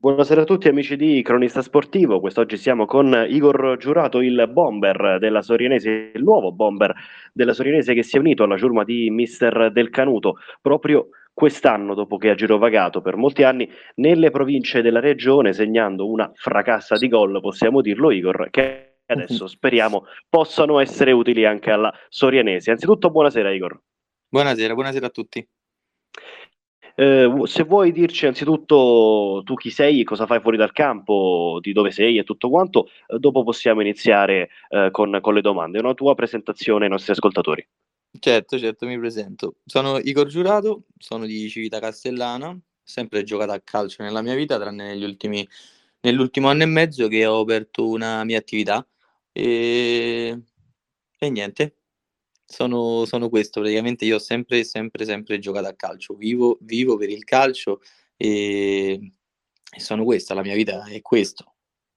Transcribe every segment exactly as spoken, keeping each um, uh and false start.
Buonasera a tutti amici di Cronista Sportivo, quest'oggi siamo con Igor Giurato, il bomber della Sorianese, il nuovo bomber della Sorianese che si è unito alla ciurma di Mister Del Canuto proprio quest'anno, dopo che ha girovagato per molti anni nelle province della regione, segnando una fracassa di gol, possiamo dirlo Igor, che adesso speriamo possano essere utili anche alla Sorianese. Anzitutto buonasera Igor. Buonasera, buonasera a tutti. Eh, se vuoi dirci anzitutto tu chi sei, cosa fai fuori dal campo, di dove sei e tutto quanto, eh, dopo possiamo iniziare eh, con, con le domande. Una tua presentazione ai nostri ascoltatori. Certo, certo, mi presento. Sono Igor Giurato, sono di Civita Castellana, sempre giocato a calcio nella mia vita, tranne negli ultimi, nell'ultimo anno e mezzo che ho aperto una mia attività e, e niente, sono, sono questo. Praticamente io ho sempre, sempre, sempre giocato a calcio, vivo, vivo per il calcio e, e sono questa, la mia vita è questo.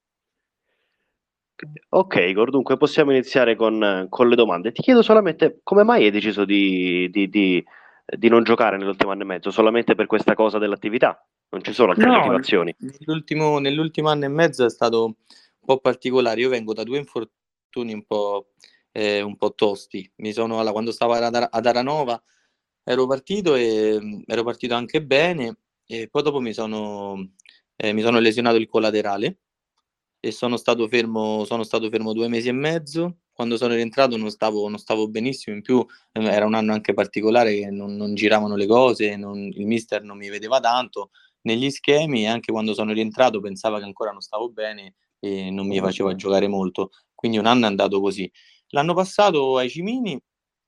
Ok, Igor, dunque possiamo iniziare con, con le domande. Ti chiedo solamente come mai hai deciso di, di- di- di non giocare nell'ultimo anno e mezzo, solamente per questa cosa dell'attività? Non ci sono altre No, motivazioni? nell'ultimo, nell'ultimo anno e mezzo è stato un po' particolare. Io vengo da due infortuni un po', eh, un po' tosti. Mi sono, alla- quando stavo ad, Ara- ad Aranova ero partito e mh, ero partito anche bene e poi dopo mi sono, eh, mi sono lesionato il collaterale e sono stato fermo, sono stato fermo due mesi e mezzo. Quando sono rientrato non stavo, non stavo benissimo, in più eh, era un anno anche particolare che non, non giravano le cose, non- il mister non mi vedeva tanto negli schemi e anche quando sono rientrato pensava che ancora non stavo bene e non mi faceva giocare molto. Quindi un anno è andato così. L'anno passato ai Cimini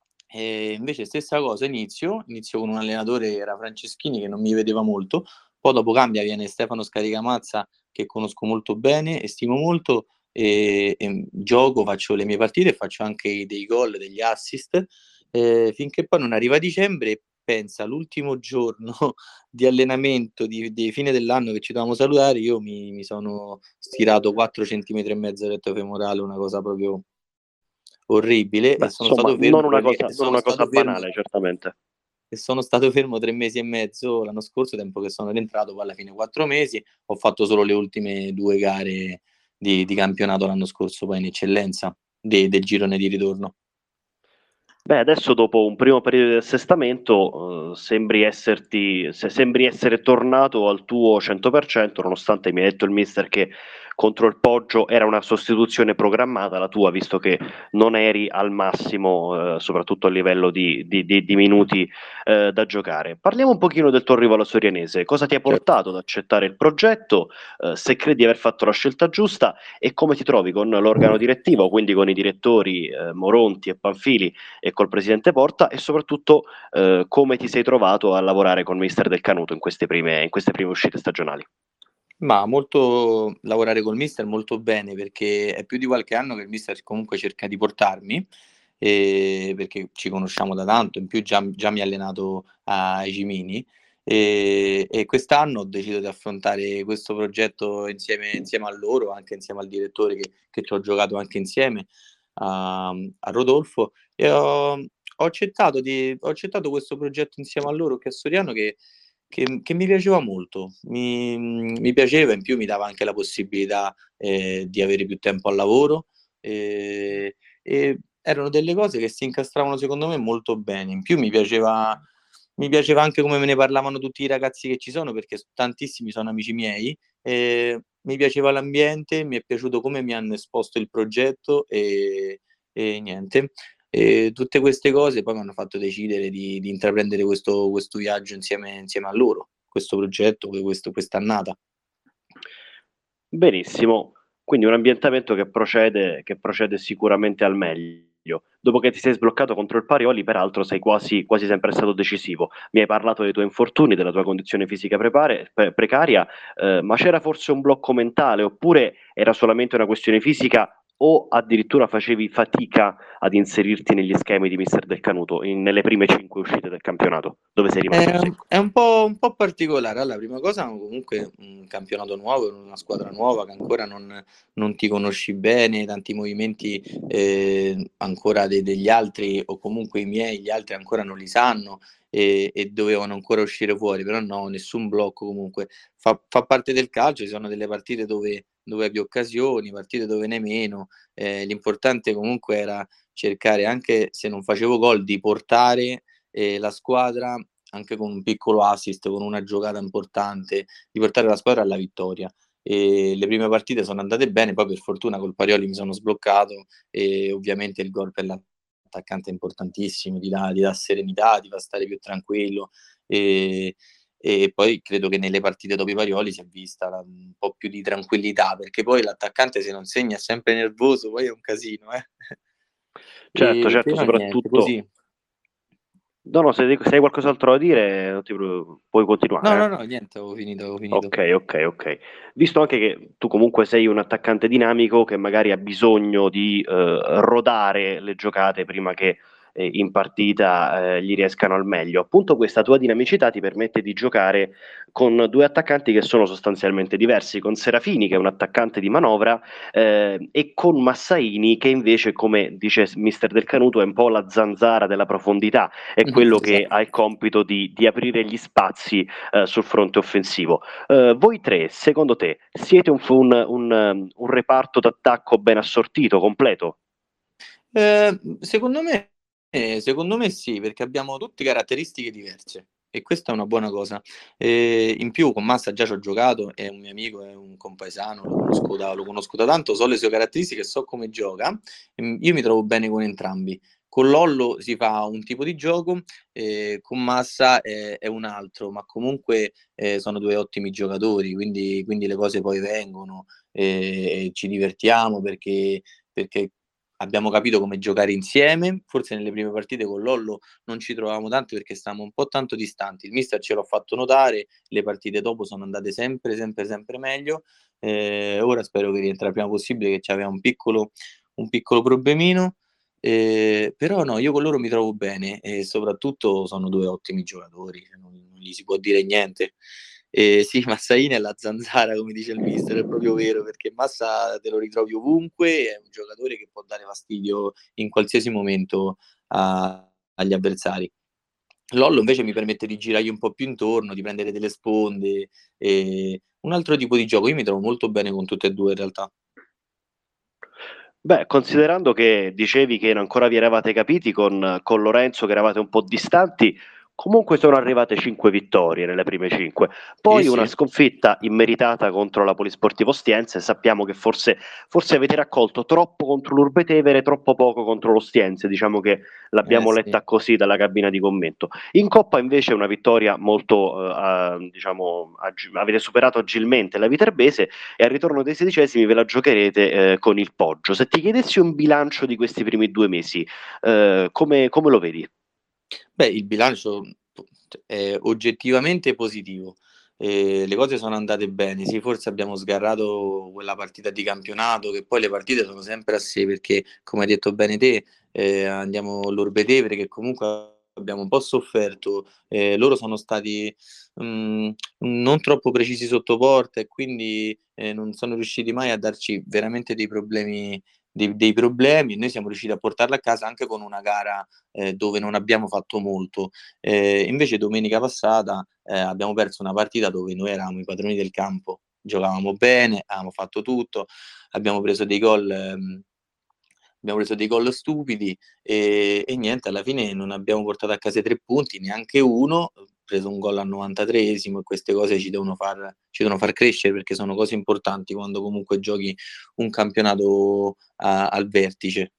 e invece stessa cosa, inizio, inizio con un allenatore che era Franceschini che non mi vedeva molto, poi dopo cambia, viene Stefano Scaricamazza che conosco molto bene e stimo molto e, e gioco, faccio le mie partite e faccio anche dei gol, degli assist, eh, finché poi non arriva dicembre e pensa l'ultimo giorno di allenamento di, di fine dell'anno che ci dovevamo salutare, io mi, mi sono stirato quattro centimetri e mezzo retto femorale, una cosa proprio orribile Beh, e sono insomma, stato fermo non una tre mesi cosa, e non sono una cosa stato fermo banale, certamente. e sono stato fermo tre mesi e mezzo l'anno scorso, tempo che sono rientrato, poi alla fine quattro mesi, ho fatto solo le ultime due gare di, di campionato l'anno scorso, poi in eccellenza de- del girone di ritorno. Beh, adesso dopo un primo periodo di assestamento, eh, sembri esserti, se sembri essere tornato al tuo cento per cento, nonostante mi ha detto il mister che contro il Poggio era una sostituzione programmata la tua, visto che non eri al massimo, eh, soprattutto a livello di, di- di- di minuti, eh, da giocare. Parliamo un pochino del tuo arrivo alla Sorianese. Cosa ti ha Certo. portato ad accettare il progetto? Eh, se credi di aver fatto la scelta giusta e come ti trovi con l'organo direttivo, quindi con i direttori, eh, Moronti e Panfili e col presidente Porta e soprattutto eh, come ti sei trovato a lavorare con Mister Del Canuto in queste prime, in queste prime uscite stagionali. Ma molto lavorare col mister molto bene perché è più di qualche anno che il mister comunque cerca di portarmi eh, perché ci conosciamo da tanto, in più già, già mi ha allenato ai Cimini e, e quest'anno ho deciso di affrontare questo progetto insieme, insieme a loro, anche insieme al direttore che, che ci ho giocato anche insieme a, a Rodolfo e ho, ho accettato di, ho accettato questo progetto insieme a loro che è Soriano che che, che mi piaceva molto, mi, mi piaceva, in più mi dava anche la possibilità eh, di avere più tempo al lavoro eh, e erano delle cose che si incastravano secondo me molto bene. In più mi piaceva, mi piaceva anche come me ne parlavano tutti i ragazzi che ci sono, perché tantissimi sono amici miei. E mi piaceva l'ambiente, mi è piaciuto come mi hanno esposto il progetto e, e niente. E tutte queste cose poi mi hanno fatto decidere di, di intraprendere questo, questo viaggio insieme, insieme a loro, questo progetto, questo, quest'annata. Benissimo, quindi un ambientamento che procede, che procede sicuramente al meglio. Dopo che ti sei sbloccato contro il Parioli, peraltro sei quasi, quasi sempre stato decisivo. Mi hai parlato dei tuoi infortuni, della tua condizione fisica prepare- pre- precaria, eh, ma c'era forse un blocco mentale oppure era solamente una questione fisica o addirittura facevi fatica ad inserirti negli schemi di mister Del Canuto in, nelle prime cinque uscite del campionato, dove sei rimasto È, secco? è un po', un po' particolare. Allora, prima cosa, comunque un campionato nuovo, una squadra nuova che ancora non, non ti conosci bene, tanti movimenti eh, ancora de- degli altri, o comunque i miei, gli altri ancora non li sanno e, e dovevano ancora uscire fuori, però no, nessun blocco comunque. Fa, fa parte del calcio, ci sono delle partite dove, dove hai più occasioni, partite dove ne hai meno. Eh, l'importante comunque era cercare, anche se non facevo gol, di portare eh, la squadra anche con un piccolo assist, con una giocata importante, di portare la squadra alla vittoria. E le prime partite sono andate bene, poi per fortuna col Parioli mi sono sbloccato e ovviamente il gol per l'attaccante è importantissimo, ti dà, ti dà serenità, ti fa stare più tranquillo e, e poi credo che nelle partite dopo i Parioli si è vista la, un po' più di tranquillità, perché poi l'attaccante se non segna è sempre nervoso, poi è un casino, eh. Certo, E certo, però niente, soprattutto... così. No, no, se, se hai qualcos'altro da dire, non ti pre- puoi No, continuare, no, eh. no, niente, avevo finito, avevo finito. Ok, ok, ok. Visto anche che tu comunque sei un attaccante dinamico che magari ha bisogno di eh, rodare le giocate prima che eh, in partita eh, gli riescano al meglio. Appunto questa tua dinamicità ti permette di giocare con due attaccanti che sono sostanzialmente diversi, con Serafini che è un attaccante di manovra eh, e con Massaini che invece, come dice mister Del Canuto, è un po' la zanzara della profondità, è quello che Esatto. ha il compito di, di aprire gli spazi eh, sul fronte offensivo. Eh, voi tre, secondo te, siete un, un, un, um, un reparto d'attacco ben assortito, completo? Eh, secondo me, eh, secondo me sì, perché abbiamo tutte caratteristiche diverse e questa è una buona cosa. Eh, in più con Massa già ci ho giocato, è un mio amico, è un compaesano, lo conosco da, lo conosco da tanto, so le sue caratteristiche, so come gioca. Ehm, Io mi trovo bene con entrambi. Con Lollo si fa un tipo di gioco, eh, con Massa è, è un altro, ma comunque eh, sono due ottimi giocatori, quindi, quindi le cose poi vengono eh, e ci divertiamo perché perché abbiamo capito come giocare insieme. Forse nelle prime partite con Lollo non ci trovavamo tanto perché stavamo un po' tanto distanti. Il mister ce l'ha fatto notare, le partite dopo sono andate sempre, sempre, sempre meglio. Eh, ora spero che rientra il prima possibile, che c'aveva un piccolo, un piccolo problemino. Eh, però no, io con loro mi trovo bene e soprattutto sono due ottimi giocatori, non, non gli si può dire niente. Eh, sì, Massaini è la zanzara, come dice il mister, è proprio vero, perché Massa te lo ritrovi ovunque, è un giocatore che può dare fastidio in qualsiasi momento a- agli avversari. Lollo invece mi permette di girargli un po' più intorno, di prendere delle sponde, e un altro tipo di gioco. Io mi trovo molto bene con tutte e due in realtà. Beh, considerando che dicevi che ancora vi eravate capiti con, con Lorenzo, che eravate un po' distanti, comunque sono arrivate cinque vittorie nelle prime cinque. Sì, Poi una sì. sconfitta immeritata contro la Polisportivo Ostiense. Sappiamo che forse, forse avete raccolto troppo contro l'Urbetevere, troppo poco contro l'Ostiense. Diciamo che Eh, l'abbiamo sì. letta così dalla cabina di commento. In Coppa invece una vittoria molto, eh, eh, diciamo, ag- avete superato agilmente la Viterbese e al ritorno dei sedicesimi ve la giocherete eh, con il Poggio. Se ti chiedessi un bilancio di questi primi due mesi, eh, come, come lo vedi? Beh, il bilancio è oggettivamente positivo. Eh, le cose sono andate bene. Sì, forse abbiamo sgarrato quella partita di campionato, che poi le partite sono sempre a sé, perché come hai detto bene te, eh, andiamo all'Orbetevere, che comunque abbiamo un po' sofferto. Eh, loro sono stati mh, non troppo precisi sotto porta e quindi eh, non sono riusciti mai a darci veramente dei problemi. Dei, dei problemi, e noi siamo riusciti a portarla a casa anche con una gara eh, dove non abbiamo fatto molto. Eh, invece domenica passata eh, abbiamo perso una partita dove noi eravamo i padroni del campo, giocavamo bene, avevamo fatto tutto, abbiamo preso dei gol. Ehm, Abbiamo preso dei gol stupidi e, e niente, alla fine non abbiamo portato a casa i tre punti, neanche uno, ho preso un gol al novantatreesimo e queste cose ci devono far, ci devono far crescere perché sono cose importanti quando comunque giochi un campionato a- al vertice.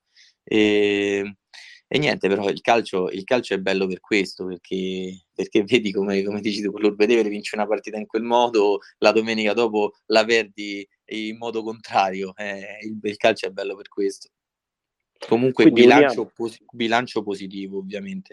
E, e niente, però il calcio, il calcio è bello per questo, perché, perché vedi come, come dici tu, con l'Urbedevere vinci una partita in quel modo, la domenica dopo la perdi in modo contrario. Eh, il, il calcio è bello per questo. Comunque Quindi uniamo, bilancio, pos- bilancio positivo, ovviamente.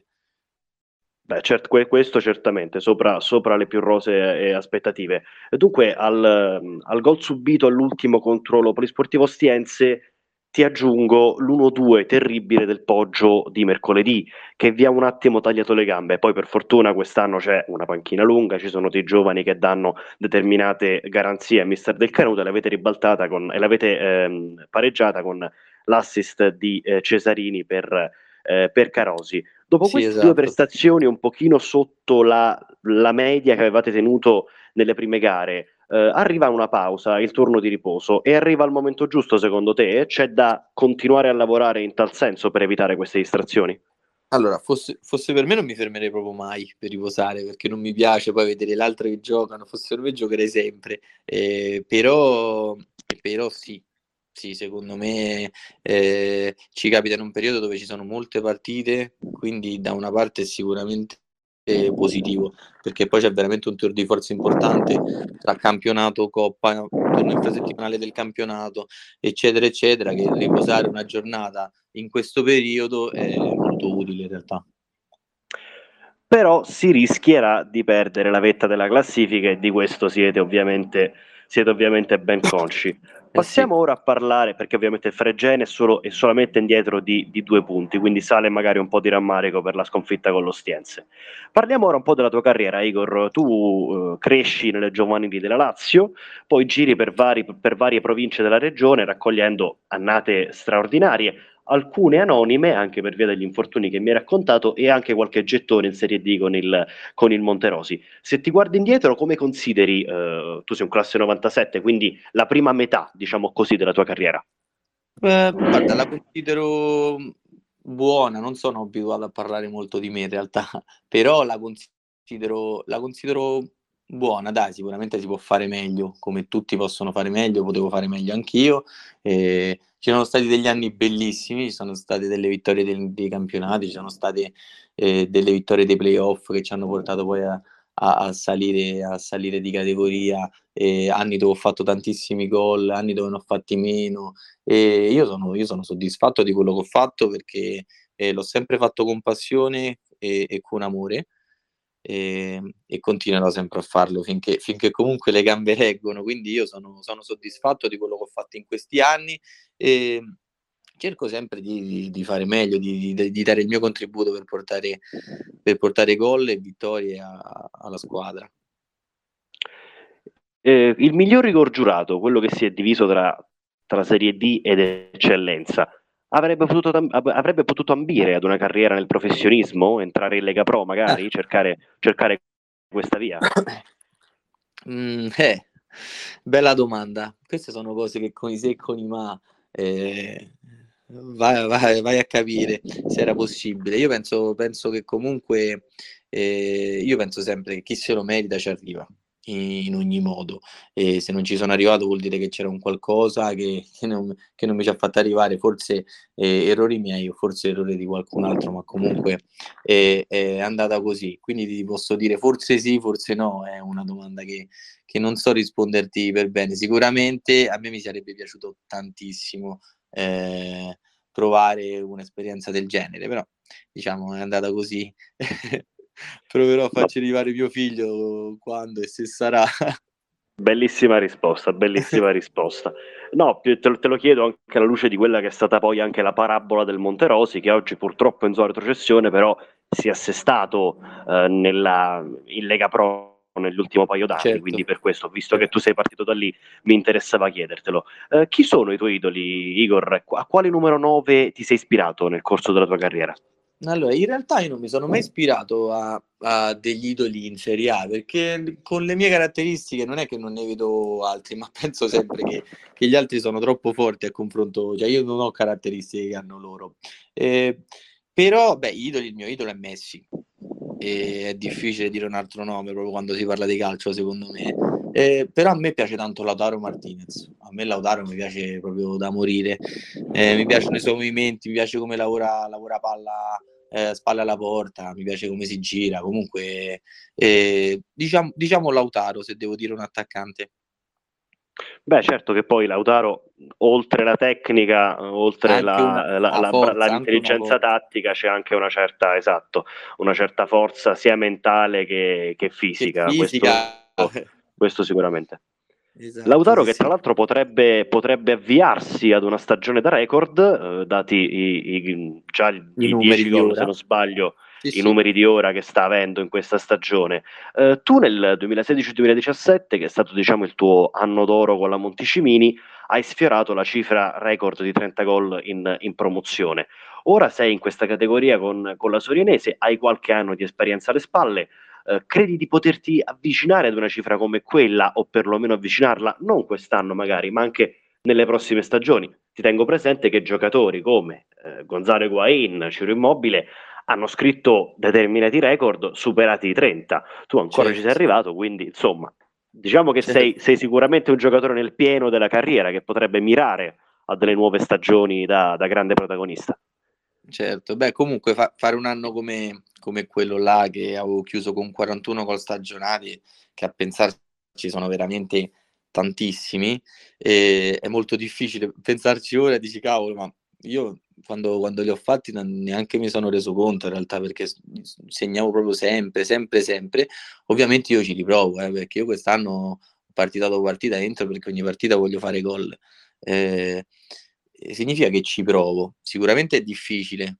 beh, cert- que- questo certamente, sopra, sopra le più rosee eh, aspettative. E dunque, al, al gol subito all'ultimo contro lo Polisportivo Ostiense, ti aggiungo l'uno due terribile del Poggio di mercoledì, che vi ha un attimo tagliato le gambe. Poi per fortuna quest'anno c'è una panchina lunga, ci sono dei giovani che danno determinate garanzie a mister Del Canuto, e l'avete ribaltata con, e l'avete ehm, pareggiata con l'assist di eh, Cesarini per, eh, per Carosi. Dopo Sì, queste due esatto. prestazioni un pochino sotto la, la media che avevate tenuto nelle prime gare, eh, arriva una pausa, il turno di riposo, e arriva al momento giusto secondo te? C'è da continuare a lavorare in tal senso per evitare queste distrazioni? Allora, fosse, fosse per me non mi fermerei proprio mai per riposare, perché non mi piace poi vedere l'altro che giocano, fosse per me giocherei sempre. Eh, però, però sì, sì, secondo me eh, ci capita in un periodo dove ci sono molte partite, quindi da una parte è sicuramente eh, positivo, perché poi c'è veramente un tour di forza importante tra campionato, coppa, turno infrasettimanale del campionato, eccetera, eccetera, che riposare una giornata in questo periodo è molto utile in realtà. Però si rischierà di perdere la vetta della classifica, e di questo siete ovviamente, siete ovviamente ben consci. Eh sì. Passiamo ora a parlare, perché ovviamente Fregene è, solo, è solamente indietro di, di due punti, quindi sale magari un po' di rammarico per la sconfitta con l'Ostiense. Parliamo ora un po' della tua carriera, Igor. Tu eh, cresci nelle giovanili della Lazio, poi giri per, vari, per varie province della regione raccogliendo annate straordinarie, alcune anonime anche per via degli infortuni che mi hai raccontato, e anche qualche gettone in Serie D con il, con il Monterosi. Se ti guardi indietro, come consideri, eh, tu sei un classe novantasette, quindi la prima metà, diciamo così, della tua carriera? Eh, guarda, la considero buona, non sono abituato a parlare molto di me in realtà, però la considero, la considero buona, dai, sicuramente si può fare meglio, come tutti possono fare meglio, potevo fare meglio anch'io. Eh, ci sono stati degli anni bellissimi, ci sono state delle vittorie dei, dei campionati, ci sono state eh, delle vittorie dei playoff che ci hanno portato poi a, a- a salire, a salire di categoria, eh, anni dove ho fatto tantissimi gol, anni dove ne ho fatti meno. E io sono, io sono soddisfatto di quello che ho fatto, perché eh, l'ho sempre fatto con passione e, e con amore, e, e continuerò sempre a farlo finché, finché comunque le gambe reggono. Quindi io sono, sono soddisfatto di quello che ho fatto in questi anni, e cerco sempre di, di fare meglio, di, di, di dare il mio contributo per portare, per portare gol e vittorie a- alla squadra. Eh, il miglior rigor giurato, quello che si è diviso tra, tra Serie D ed eccellenza, avrebbe potuto, avrebbe potuto ambire ad una carriera nel professionismo, entrare in Lega Pro magari, cercare, cercare questa via? Mm, eh, bella domanda. Queste sono cose che con i se e con i ma eh, vai, vai- vai a capire se era possibile. Io penso, penso che comunque eh, io penso sempre che chi se lo merita ci arriva in, in ogni modo. E se non ci sono arrivato vuol dire che c'era un qualcosa che, che non, che non mi ci ha fatto arrivare, forse eh, errori miei o forse errori di qualcun altro, ma comunque è, è andata così. Quindi ti posso dire forse sì, forse no, è una domanda che, che non so risponderti per bene. Sicuramente a me mi sarebbe piaciuto tantissimo eh, provare un'esperienza del genere, però diciamo è andata così. Proverò a No. farci arrivare mio figlio quando e se sarà. Bellissima risposta, bellissima risposta. No, te, te lo chiedo anche alla luce di quella che è stata poi anche la parabola del Monterosi, che oggi purtroppo è in zona retrocessione, però si è assestato eh, nella, in Lega Pro nell'ultimo paio d'anni, quindi Certo, per questo, visto che certo. tu sei partito da lì, mi interessava chiedertelo. Eh, chi sono i tuoi idoli, Igor? A quale numero nove ti sei ispirato nel corso della tua carriera? Allora, in realtà io non mi sono mai ispirato a, a degli idoli in Serie A, perché con le mie caratteristiche non è che non ne vedo altri, ma penso sempre che, che gli altri sono troppo forti a confronto, cioè io non ho caratteristiche che hanno loro. Eh, però, beh, idoli, il mio idolo è Messi, e è difficile dire un altro nome proprio quando si parla di calcio, secondo me. Eh, però a me piace tanto Lautaro Martinez, a me Lautaro mi piace proprio da morire. Eh, mi piacciono i suoi movimenti, mi piace come lavora, lavora palla eh, spalle alla porta, mi piace come si gira. Comunque, eh, diciamo, diciamo Lautaro, se devo dire un attaccante. Beh, certo che poi Lautaro, oltre la tecnica, oltre Anche una, la, la, una la, la, forza, anche una l'intelligenza forza. tattica, c'è anche una certa, esatto, una certa forza sia mentale che, che Che fisica, fisica. questo, questo sicuramente. Esatto, Lautaro sì, che tra sì. l'altro potrebbe, potrebbe avviarsi ad una stagione da record, eh, dati i, i- già I i numeri dieci di gol, se ora. non sbaglio, Sì, i sì. numeri di ora che sta avendo in questa stagione. Eh, tu nel duemilasedici-duemiladiciassette, che è stato diciamo il tuo anno d'oro con la Monticimini, hai sfiorato la cifra record di trenta gol in, in promozione. Ora sei in questa categoria con, con la Sorianese, hai qualche anno di esperienza alle spalle. Eh, credi di poterti avvicinare ad una cifra come quella o perlomeno avvicinarla, non quest'anno magari, ma anche nelle prossime stagioni? Ti tengo presente che giocatori come eh, Gonzalo Higuain, Ciro Immobile hanno scritto determinati record superati i trenta. Tu ancora ci sei Certo, arrivato, quindi insomma, diciamo che sei, certo. sei sicuramente un giocatore nel pieno della carriera che potrebbe mirare a delle nuove stagioni da, da grande protagonista. Certo, beh, comunque fa- fare un anno come, come quello là che avevo chiuso con quarantuno gol stagionati, che a pensarci sono veramente tantissimi, e è molto difficile pensarci ora e dici cavolo, ma io quando, quando li ho fatti non neanche mi sono reso conto in realtà perché s- segnavo proprio sempre, sempre, sempre. Ovviamente io ci riprovo, eh, perché io quest'anno partita dopo partita entro perché ogni partita voglio fare gol. Eh, significa che ci provo. Sicuramente è difficile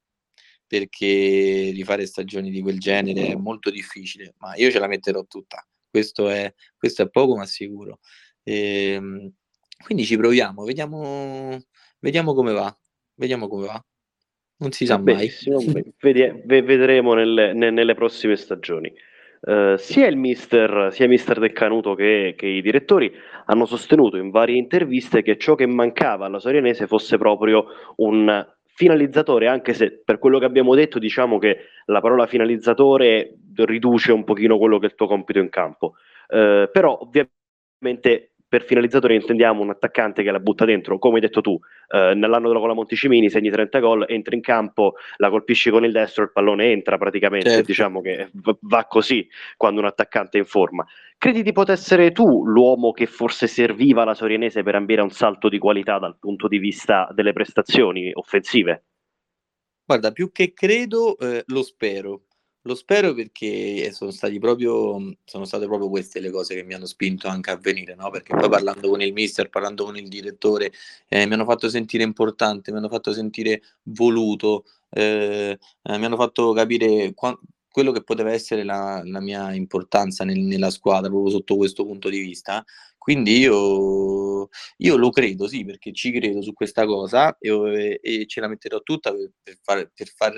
perché rifare stagioni di quel genere è molto difficile, ma io ce la metterò tutta. Questo è, questo è poco ma sicuro. Ehm, quindi ci proviamo, vediamo, vediamo come va. Vediamo come va. Non si Va sa mai. benissimo, vedi- ve- vedremo nelle, ne- nelle prossime stagioni. Eh, sia il mister, sia mister De Canuto che, che i direttori hanno sostenuto in varie interviste che ciò che mancava alla Sorianese fosse proprio un finalizzatore, anche se per quello che abbiamo detto diciamo che la parola finalizzatore riduce un pochino quello che è il tuo compito in campo. Eh, però ovviamente per finalizzatore intendiamo un attaccante che la butta dentro, come hai detto tu, eh, nell'anno con la Monticimini segni trenta gol, entri in campo, la colpisci con il destro, il pallone entra praticamente, Certo. diciamo che va così quando un attaccante è in forma. Credi di poter essere tu l'uomo che forse serviva alla Sorianese per ambire a un salto di qualità dal punto di vista delle prestazioni offensive? Guarda, più che credo, eh, lo spero. Lo spero perché sono stati proprio, sono state proprio queste le cose che mi hanno spinto anche a venire, no? Perché poi parlando con il mister, parlando con il direttore, eh, mi hanno fatto sentire importante, mi hanno fatto sentire voluto, eh, eh, mi hanno fatto capire qua- quello che poteva essere la, la mia importanza nel- nella squadra, proprio sotto questo punto di vista. Quindi io, io lo credo, sì, perché ci credo su questa cosa e, e ce la metterò tutta per, per far, per, far,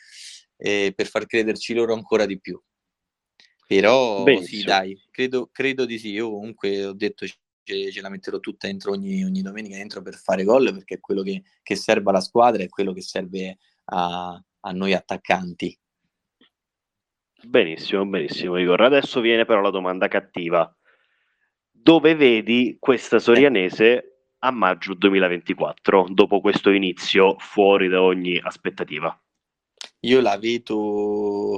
eh, per far crederci loro ancora di più. Però sì, Benissimo. dai, credo, credo di sì. Io comunque ho detto ce, ce la metterò tutta entro ogni, ogni domenica entro per fare gol perché è quello che, che serve alla squadra, è quello che serve a, a noi attaccanti. Benissimo, benissimo, Igor. Adesso viene però la domanda cattiva. Dove vedi questa Eh, Sorianese a maggio duemilaventiquattro, dopo questo inizio fuori da ogni aspettativa? io la vedo.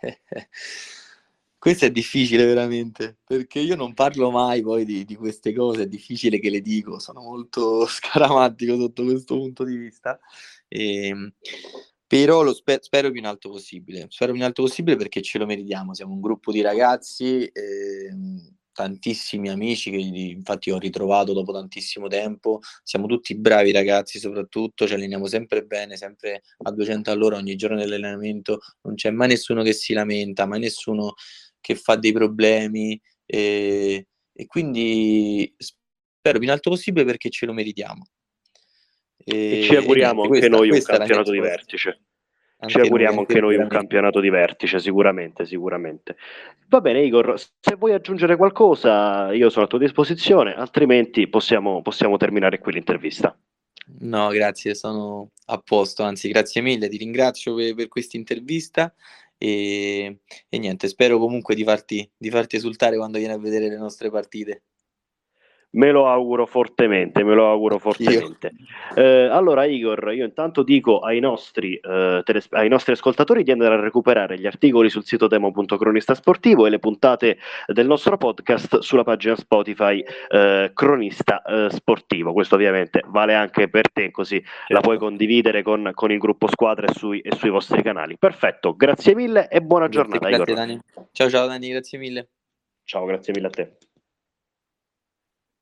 Questo è difficile veramente, perché io non parlo mai poi di, di queste cose, è difficile che le dico, sono molto scaramantico sotto questo punto di vista. Ehm, però lo spe- spero più in alto possibile, spero più in alto possibile perché ce lo meritiamo, siamo un gruppo di ragazzi, ehm, tantissimi amici che di- infatti ho ritrovato dopo tantissimo tempo, siamo tutti bravi ragazzi soprattutto, ci alleniamo sempre bene, sempre a duecento all'ora ogni giorno dell'allenamento, non c'è mai nessuno che si lamenta, mai nessuno che fa dei problemi e, e quindi spero più in alto possibile perché ce lo meritiamo. E ci E, e auguriamo niente, anche questa, noi un questa è la mia campionato di risposta. vertice. Ci Anche noi, auguriamo anche anche noi noi un veramente. campionato di vertice, sicuramente, sicuramente. Va bene, Igor, se vuoi aggiungere qualcosa, io sono a tua disposizione, altrimenti possiamo, possiamo terminare qui l'intervista. No, grazie, sono a posto, anzi, grazie mille, ti ringrazio per, per questa intervista e, e niente, spero comunque di farti, di farti esultare quando vieni a vedere le nostre partite. Me lo auguro fortemente, me lo auguro Anch'io. fortemente. Eh, allora, Igor, io intanto dico ai nostri, eh, teles- ai nostri ascoltatori di andare a recuperare gli articoli sul sito demo punto cronista sportivo e le puntate del nostro podcast sulla pagina Spotify eh, Cronista eh, Sportivo. Questo ovviamente vale anche per te, così la puoi Certo. condividere con, con il gruppo squadra e sui, e sui vostri canali. Perfetto, grazie mille e buona Grazie, giornata, grazie Igor. Dani. Ciao ciao Dani, grazie mille. Ciao, grazie mille a te.